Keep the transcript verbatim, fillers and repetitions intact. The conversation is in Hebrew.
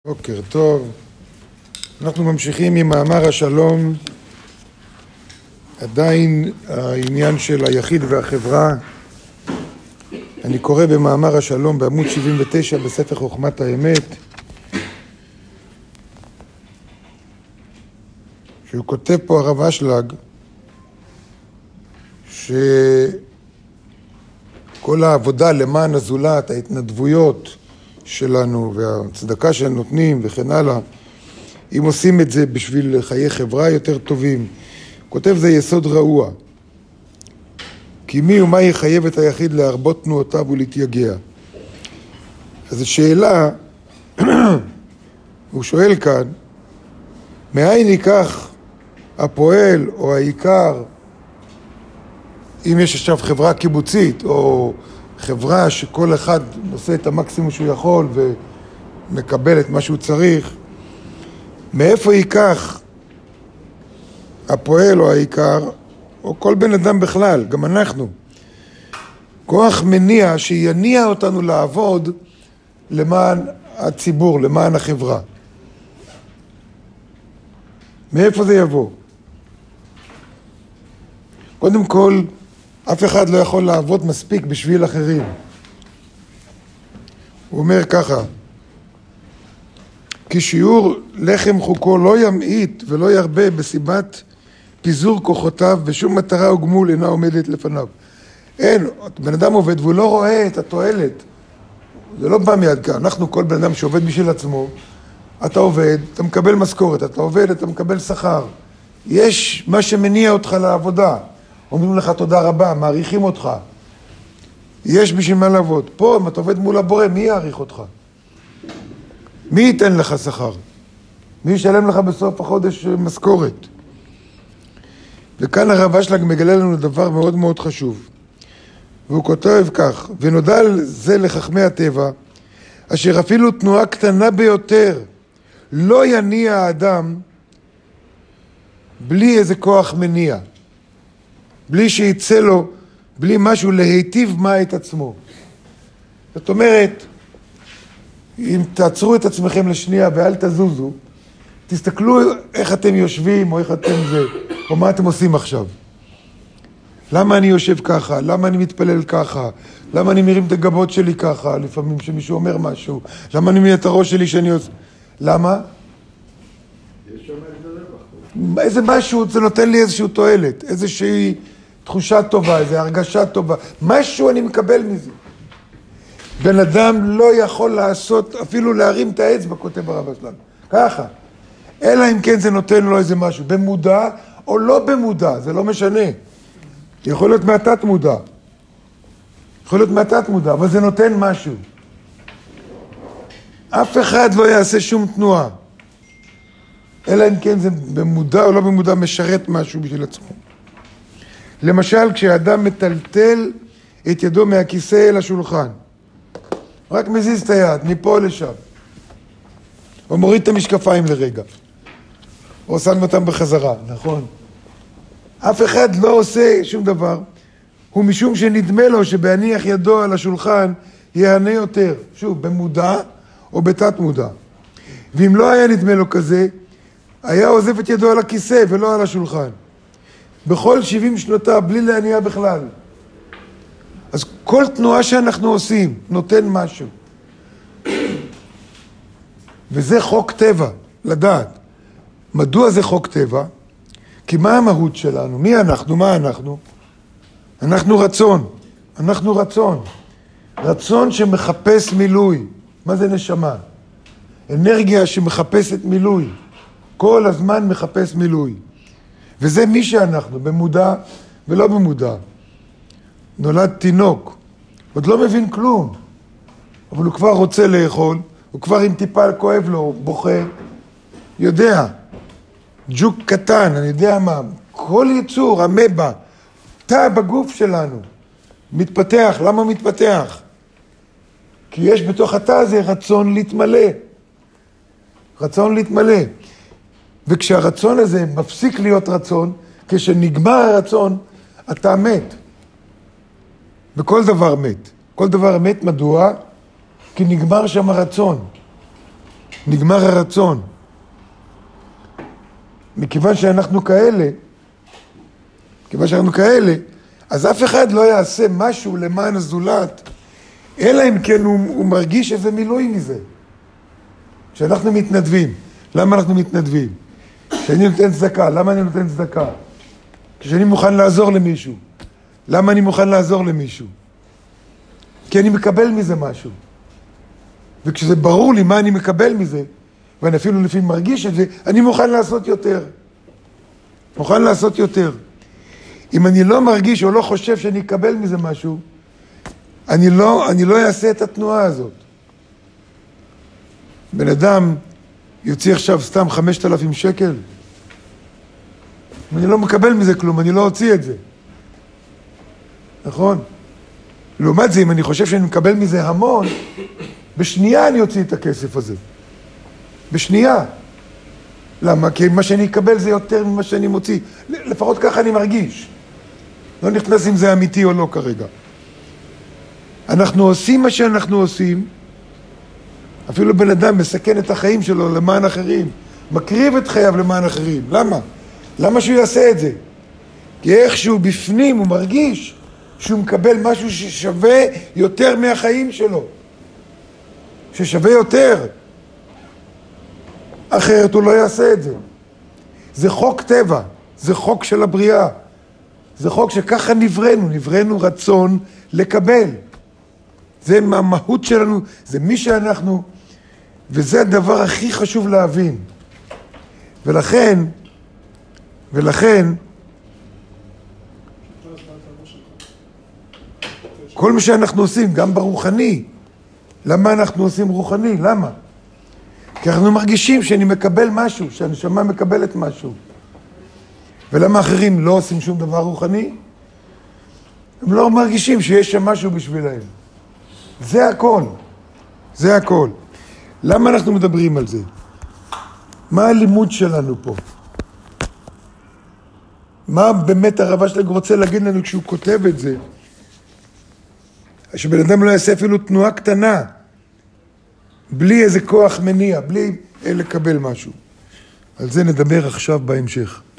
בוקר טוב, אנחנו ממשיכים עם מאמר השלום, עדיין העניין של היחיד והחברה. אני קורא במאמר השלום בעמוד שבעים ותשע בספר חוכמת האמת, שהוא כותב פה הרב אשלג, שכל העבודה למען הזולת, ההתנדבויות שלנו והצדקה שנותנים וכן הלאה, אם עושים את זה בשביל חיי חברה יותר טובים, כותב זה יסוד רעוע. כי מי ומה יחייב את היחיד להרבות תנועותיו ולהתייגע? אז השאלה, הוא שואל כאן, מאין ייקח הפועל או העיקר, אם יש עכשיו חברה קיבוצית או חברה שכל אחד עושה את המקסימום שהוא יכול ומקבל את מה שהוא צריך, מאיפה ייקח הפועל או העיקר, או כל בן אדם בכלל, גם אנחנו, כוח מניע שיניע אותנו לעבוד למען הציבור, למען החברה? מאיפה זה יבוא? קודם כל, אף אחד לא יכול לעבוד מספיק בשביל אחרים. הוא אומר ככה, כי שיעור לחם חוקו לא ימעיט ולא ירבה בסיבת פיזור כוחותיו, ושום מטרה או גמול אינה עומדת לפניו. אין, בן אדם עובד והוא לא רואה את התועלת. זה לא בא מיד כאן. אנחנו, כל בן אדם שעובד בשביל עצמו, אתה עובד, אתה מקבל משכורת, אתה עובד, אתה מקבל שכר. יש מה שמניע אותך לעבודה. אומרים לך תודה רבה, מעריכים אותך. יש בשביל מה לעבוד. פה, אם אתה עובד מול הבורא, מי יעריך אותך? מי ייתן לך שכר? מי ישלם לך בסוף החודש משכורת? וכאן הרב אשלג מגלה לנו דבר מאוד מאוד חשוב. והוא כותב כך, ונודע על זה לחכמי הטבע, אשר אפילו תנועה קטנה ביותר לא יניע האדם בלי איזה כוח מניע. בלי שיצא לו, בלי משהו להיטיב מה את עצמו. זאת אומרת, אם תעצרו את עצמכם לשנייה ואל תזוזו, תסתכלו איך אתם יושבים או איך אתם זה, או מה אתם עושים עכשיו. למה אני יושב ככה? למה אני מתפלל ככה? למה אני מרים את הגבות שלי ככה? לפעמים שמישהו אומר משהו. למה אני מרים את הראש שלי שאני עושה? למה? יש שם איזה רווח. איזה משהו, זה נותן לי איזושהי תועלת, איזושהי תחושה טובה, איזו הרגשה טובה. משהו אני מקבל מזה. בן אדם לא יכול לעשות, אפילו להרים את האצבע, כותב הרב אשלג. ככה. אלא אם כן זה נותן לו איזה משהו. במודע או לא במודע, זה לא משנה. יכול להיות מהתת מודע. יכול להיות מהתת מודע, אבל זה נותן משהו. אף אחד לא יעשה שום תנועה. אלא אם כן זה במודע או לא במודע משרת משהו בשביל עצמו. למשל, כשאדם מטלטל את ידו מהכיסא אל השולחן, רק מזיז את היד, מפה לשם, או מוריד את המשקפיים לרגע, או שם אותם בחזרה, נכון? אף אחד לא עושה שום דבר, הוא משום שנדמה לו שבהניח ידו על השולחן יענה יותר, שוב, במודע או בתת מודע. ואם לא היה נדמה לו כזה, היה עוזב את ידו על הכיסא ולא על השולחן. בכל שבעים שנותיו, בלי להניע בכלל. אז כל תנועה שאנחנו עושים נותן משהו. וזה חוק טבע, לדעת. מדוע זה חוק טבע? כי מה המהות שלנו? מי אנחנו? מה אנחנו? אנחנו רצון. אנחנו רצון. רצון שמחפש מילוי. מה זה נשמה? אנרגיה שמחפשת מילוי. כל הזמן מחפש מילוי. וזה מי שאנחנו, במודע ולא במודע. נולד תינוק, עוד לא מבין כלום, אבל הוא כבר רוצה לאכול, הוא כבר עם טיפה כואב לו, הוא בוכה, יודע, ג'וק קטן, אני יודע מה, כל יצור, המבה, תא בגוף שלנו, מתפתח. למה מתפתח? כי יש בתוך התא הזה רצון להתמלא. רצון להתמלא. וכשהרצון הזה מפסיק להיות רצון, כשנגמר הרצון, אתה מת. וכל דבר מת. כל דבר מת, מדוע? כי נגמר שם הרצון. נגמר הרצון. מכיוון שאנחנו כאלה, מכיוון שאנחנו כאלה, אז אף אחד לא יעשה משהו למען הזולת, אלא אם כן הוא, הוא מרגיש איזה מילוי מזה. כשאנחנו מתנדבים, למה אנחנו מתנדבים? כשאני נותן צדקה, למה אני נותן צדקה? כשאני מוכן לעזור למישהו, למה אני מוכן לעזור למישהו? כי אני מקבל מזה משהו. וכשזה ברור לי מה אני מקבל מזה, ואני אפילו לפעמים מרגיש את זה, אני מוכן לעשות יותר. מוכן לעשות יותר. אם אני לא מרגיש או לא חושב שאני אקבל מזה משהו, אני לא, אני לא אעשה את התנועה הזאת. בן אדם יוציא עכשיו סתם חמשת אלפים שקל, אני לא מקבל מזה כלום, אני לא אוציא את זה. נכון? לעומת זה, אם אני חושב שאני מקבל מזה המון, בשנייה אני אוציא את הכסף הזה. בשנייה. למה? כי מה שאני אקבל זה יותר ממה שאני מוציא. לפחות ככה אני מרגיש. לא נכנס אם זה אמיתי או לא כרגע. אנחנו עושים מה שאנחנו עושים, אפילו בן אדם מסכן את החיים שלו למען אחרים, מקריב את חייו למען אחרים. למה? למה שהוא יעשה את זה? כי איכשהו בפנים הוא מרגיש שהוא מקבל משהו ששווה יותר מהחיים שלו. ששווה יותר. אחרת הוא לא יעשה את זה. זה חוק טבע, זה חוק של הבריאה. זה חוק שככה נבראנו, נבראנו רצון לקבל. זה המהות שלנו, זה מי שאנחנו, וזה הדבר הכי חשוב להבין. ולכן, ולכן, כל מה שאנחנו עושים, גם ברוחני, למה אנחנו עושים רוחני? למה? כי אנחנו מרגישים שאני מקבל משהו, שהנשמה מקבלת משהו. ולמה אחרים לא עושים שום דבר רוחני? הם לא מרגישים שיש שם משהו בשבילהם. זה הכל. זה הכל. למה אנחנו מדברים על זה? מה הלימוד שלנו פה? מה באמת הרב אשלג רוצה להגיד לנו כשהוא כותב את זה? שבן אדם לא יעשה אפילו תנועה קטנה, בלי איזה כוח מניע, בלי לקבל משהו. על זה נדבר עכשיו בהמשך.